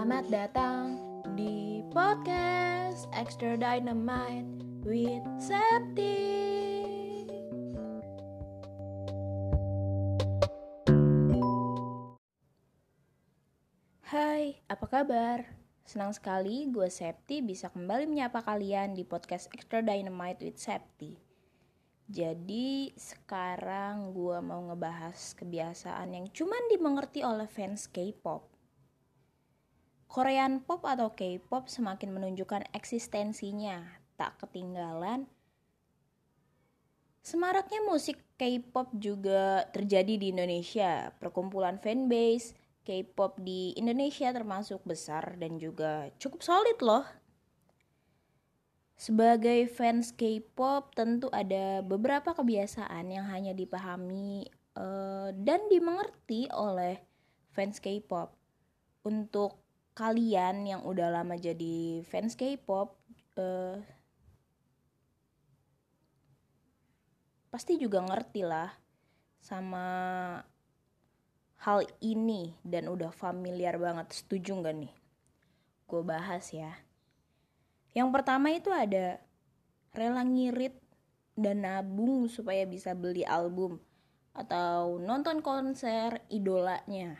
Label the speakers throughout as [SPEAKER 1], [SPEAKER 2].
[SPEAKER 1] Selamat datang di podcast Extra Dynamite with Septi. Hai, apa kabar? Senang sekali gue Septi bisa kembali menyapa kalian di podcast Extra Dynamite with Septi. Jadi sekarang gue mau ngebahas kebiasaan yang cuman dimengerti oleh fans K-pop. Korean pop atau K-pop semakin menunjukkan eksistensinya, tak ketinggalan. Semaraknya musik K-pop juga terjadi di Indonesia. Perkumpulan fanbase K-pop di Indonesia termasuk besar dan juga cukup solid loh. Sebagai fans K-pop tentu ada beberapa kebiasaan yang hanya dipahami dan dimengerti oleh fans K-pop. Untuk kalian yang udah lama jadi fans K-pop, pasti juga ngerti lah sama hal ini dan udah familiar banget. Setuju gak nih? Gue bahas ya. Yang pertama itu ada rela ngirit dan nabung supaya bisa beli album atau nonton konser idolanya.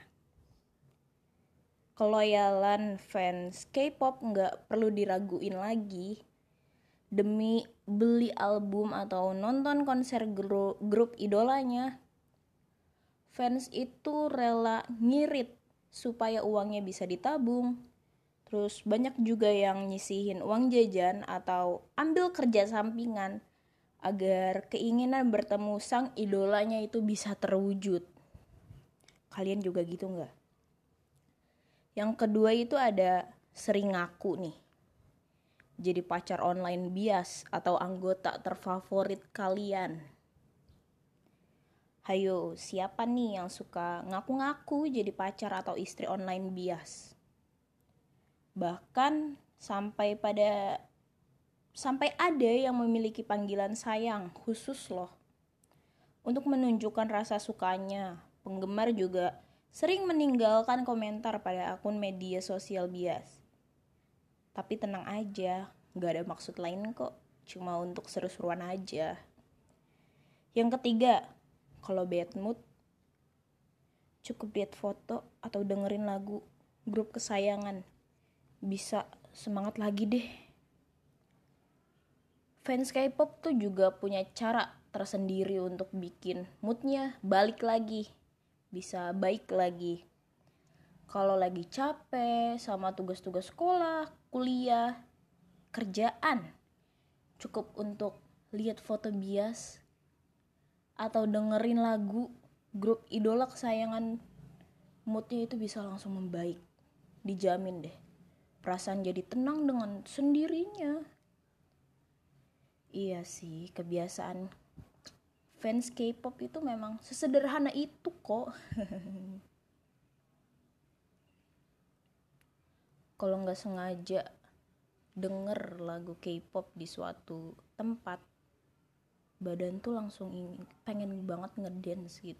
[SPEAKER 1] Keloyalan fans K-pop gak perlu diraguin lagi. Demi beli album atau nonton konser grup idolanya, fans itu rela ngirit supaya uangnya bisa ditabung. Terus banyak juga yang nyisihin uang jajan atau ambil kerja sampingan agar keinginan bertemu sang idolanya itu bisa terwujud. Kalian juga gitu gak? Yang kedua itu ada sering ngaku nih. Jadi pacar online bias atau anggota terfavorit kalian. Hayo, siapa nih yang suka ngaku-ngaku jadi pacar atau istri online bias? Bahkan sampai ada yang memiliki panggilan sayang khusus loh. Untuk menunjukkan rasa sukanya, penggemar juga sering meninggalkan komentar pada akun media sosial bias. Tapi tenang aja, gak ada maksud lain kok, cuma untuk seru-seruan aja. Yang ketiga, kalau bad mood, cukup lihat foto atau dengerin lagu grup kesayangan. Bisa semangat lagi deh. Fans K-pop tuh juga punya cara tersendiri untuk bikin moodnya balik lagi, bisa baik lagi. Kalau lagi capek sama tugas-tugas sekolah, kuliah, kerjaan, cukup untuk lihat foto bias atau dengerin lagu grup idola kesayangan, moodnya itu bisa langsung membaik. Dijamin deh, perasaan jadi tenang dengan sendirinya. Iya sih, kebiasaan fans K-pop itu memang sesederhana itu kok. Kalau nggak sengaja denger lagu K-pop di suatu tempat, badan tuh langsung pengen banget ngedance gitu.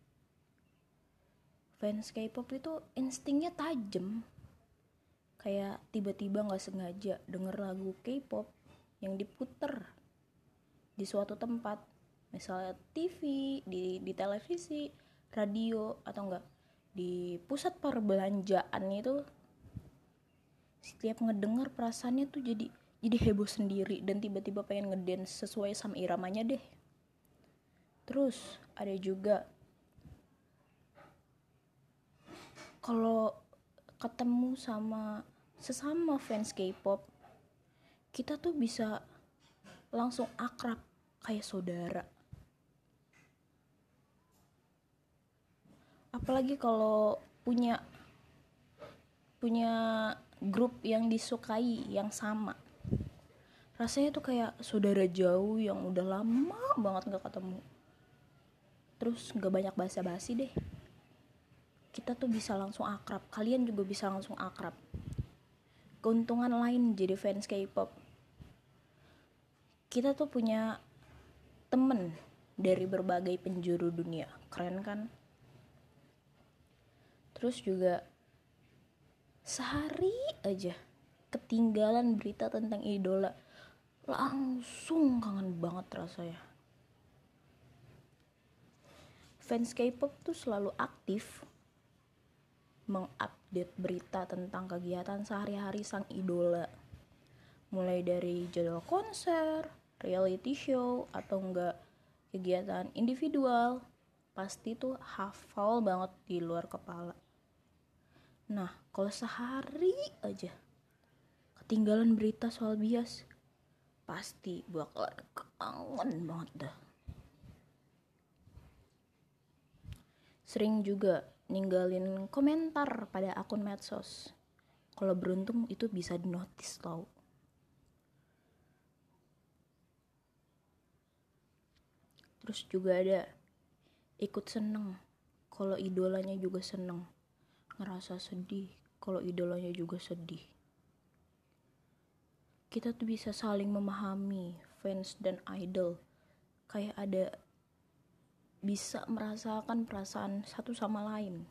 [SPEAKER 1] Fans K-pop itu instingnya tajam. Kayak tiba-tiba nggak sengaja denger lagu K-pop yang diputer di suatu tempat, misalnya TV, di televisi, radio, atau enggak di pusat perbelanjaan itu. Setiap ngedenger perasaannya tuh jadi heboh sendiri dan tiba-tiba pengen ngedance sesuai sama iramanya deh. Terus ada juga kalau ketemu sama sesama fans K-pop, kita tuh bisa langsung akrab kayak saudara. Apalagi kalau punya grup yang disukai yang sama, rasanya tuh kayak saudara jauh yang udah lama banget gak ketemu. Terus gak banyak basa-basi deh, kita tuh bisa langsung akrab. Kalian juga bisa langsung akrab. Keuntungan lain jadi fans K-pop, kita tuh punya temen dari berbagai penjuru dunia. Keren kan? Terus juga Sehari aja ketinggalan berita tentang idola, langsung kangen banget rasanya. Fans K-pop tuh selalu aktif mengupdate berita tentang kegiatan sehari-hari sang idola. Mulai dari jadwal konser, reality show, atau enggak kegiatan individual, pasti tuh hafal banget di luar kepala. Nah, kalau sehari aja ketinggalan berita soal bias, pasti bakalan kangen banget dah. Sering juga ninggalin komentar pada akun medsos. Kalau beruntung itu bisa dinotis tau. Terus juga ada ikut seneng kalau idolanya juga seneng, ngerasa sedih kalau idolanya juga sedih. Kita tuh bisa saling memahami fans dan idol, kayak ada bisa merasakan perasaan satu sama lain.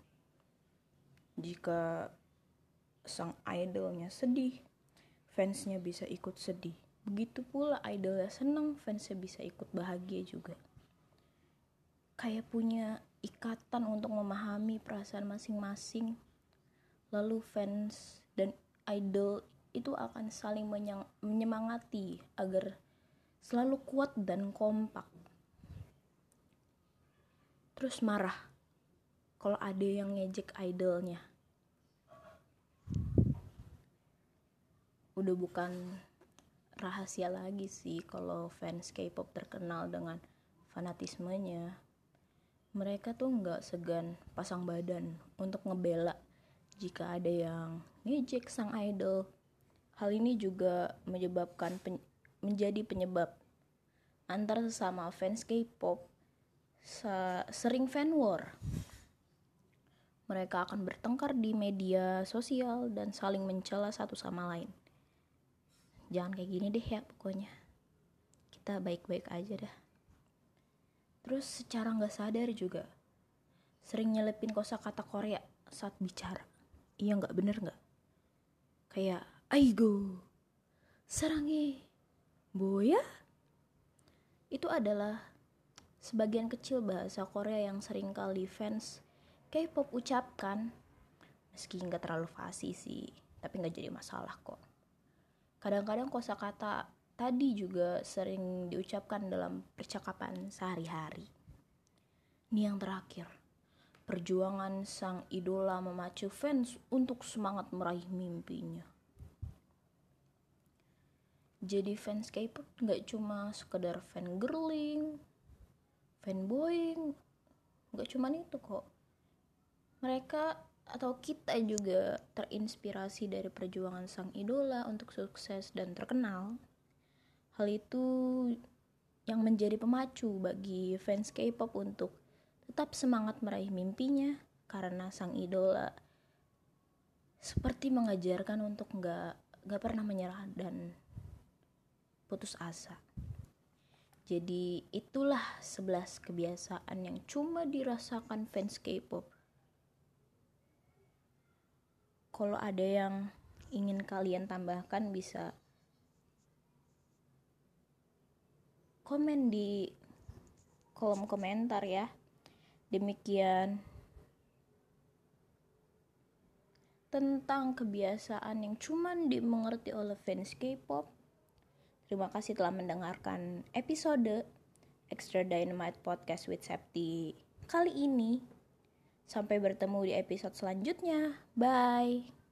[SPEAKER 1] Jika sang idolnya sedih, fansnya bisa ikut sedih. Begitu pula idolnya senang, fansnya bisa ikut bahagia juga. Kayak punya ikatan untuk memahami perasaan masing-masing. Lalu fans dan idol itu akan saling menyemangati agar selalu kuat dan kompak. Terus marah kalau ada yang ngejek idolnya. Udah bukan rahasia lagi sih kalau fans K-pop terkenal dengan fanatismenya. Mereka tuh gak segan pasang badan untuk ngebela jika ada yang ngejek sang idol. Hal ini juga menjadi penyebab antar sesama fans K-pop sering fan war. Mereka akan bertengkar di media sosial dan saling mencela satu sama lain. Jangan kayak gini deh ya pokoknya. Kita baik-baik aja dah. Terus secara gak sadar juga sering nyelepin kosakata Korea saat bicara. Iya gak, bener gak? Kayak aigo, sarange, boya. Itu adalah sebagian kecil bahasa Korea yang sering kali fans K-pop ucapkan. Meski gak terlalu fasih sih, tapi gak jadi masalah kok. Kadang-kadang kosakata tadi juga sering diucapkan dalam percakapan sehari-hari. Ini yang terakhir. Perjuangan sang idola memacu fans untuk semangat meraih mimpinya. Jadi fans K-pop gak cuma sekedar fangirling, fanboying, gak cuma itu kok. Mereka atau kita juga terinspirasi dari perjuangan sang idola untuk sukses dan terkenal. Hal itu yang menjadi pemacu bagi fans K-pop untuk tetap semangat meraih mimpinya, karena sang idola seperti mengajarkan untuk gak pernah menyerah dan putus asa. Jadi itulah 11 kebiasaan yang cuma dirasakan fans K-pop. Kalau ada yang ingin kalian tambahkan bisa komen di kolom komentar ya. Demikian tentang kebiasaan yang cuma dimengerti oleh fans K-pop. Terima kasih telah mendengarkan episode Extra Dynamite Podcast with Septi kali ini. Sampai bertemu di episode selanjutnya. Bye.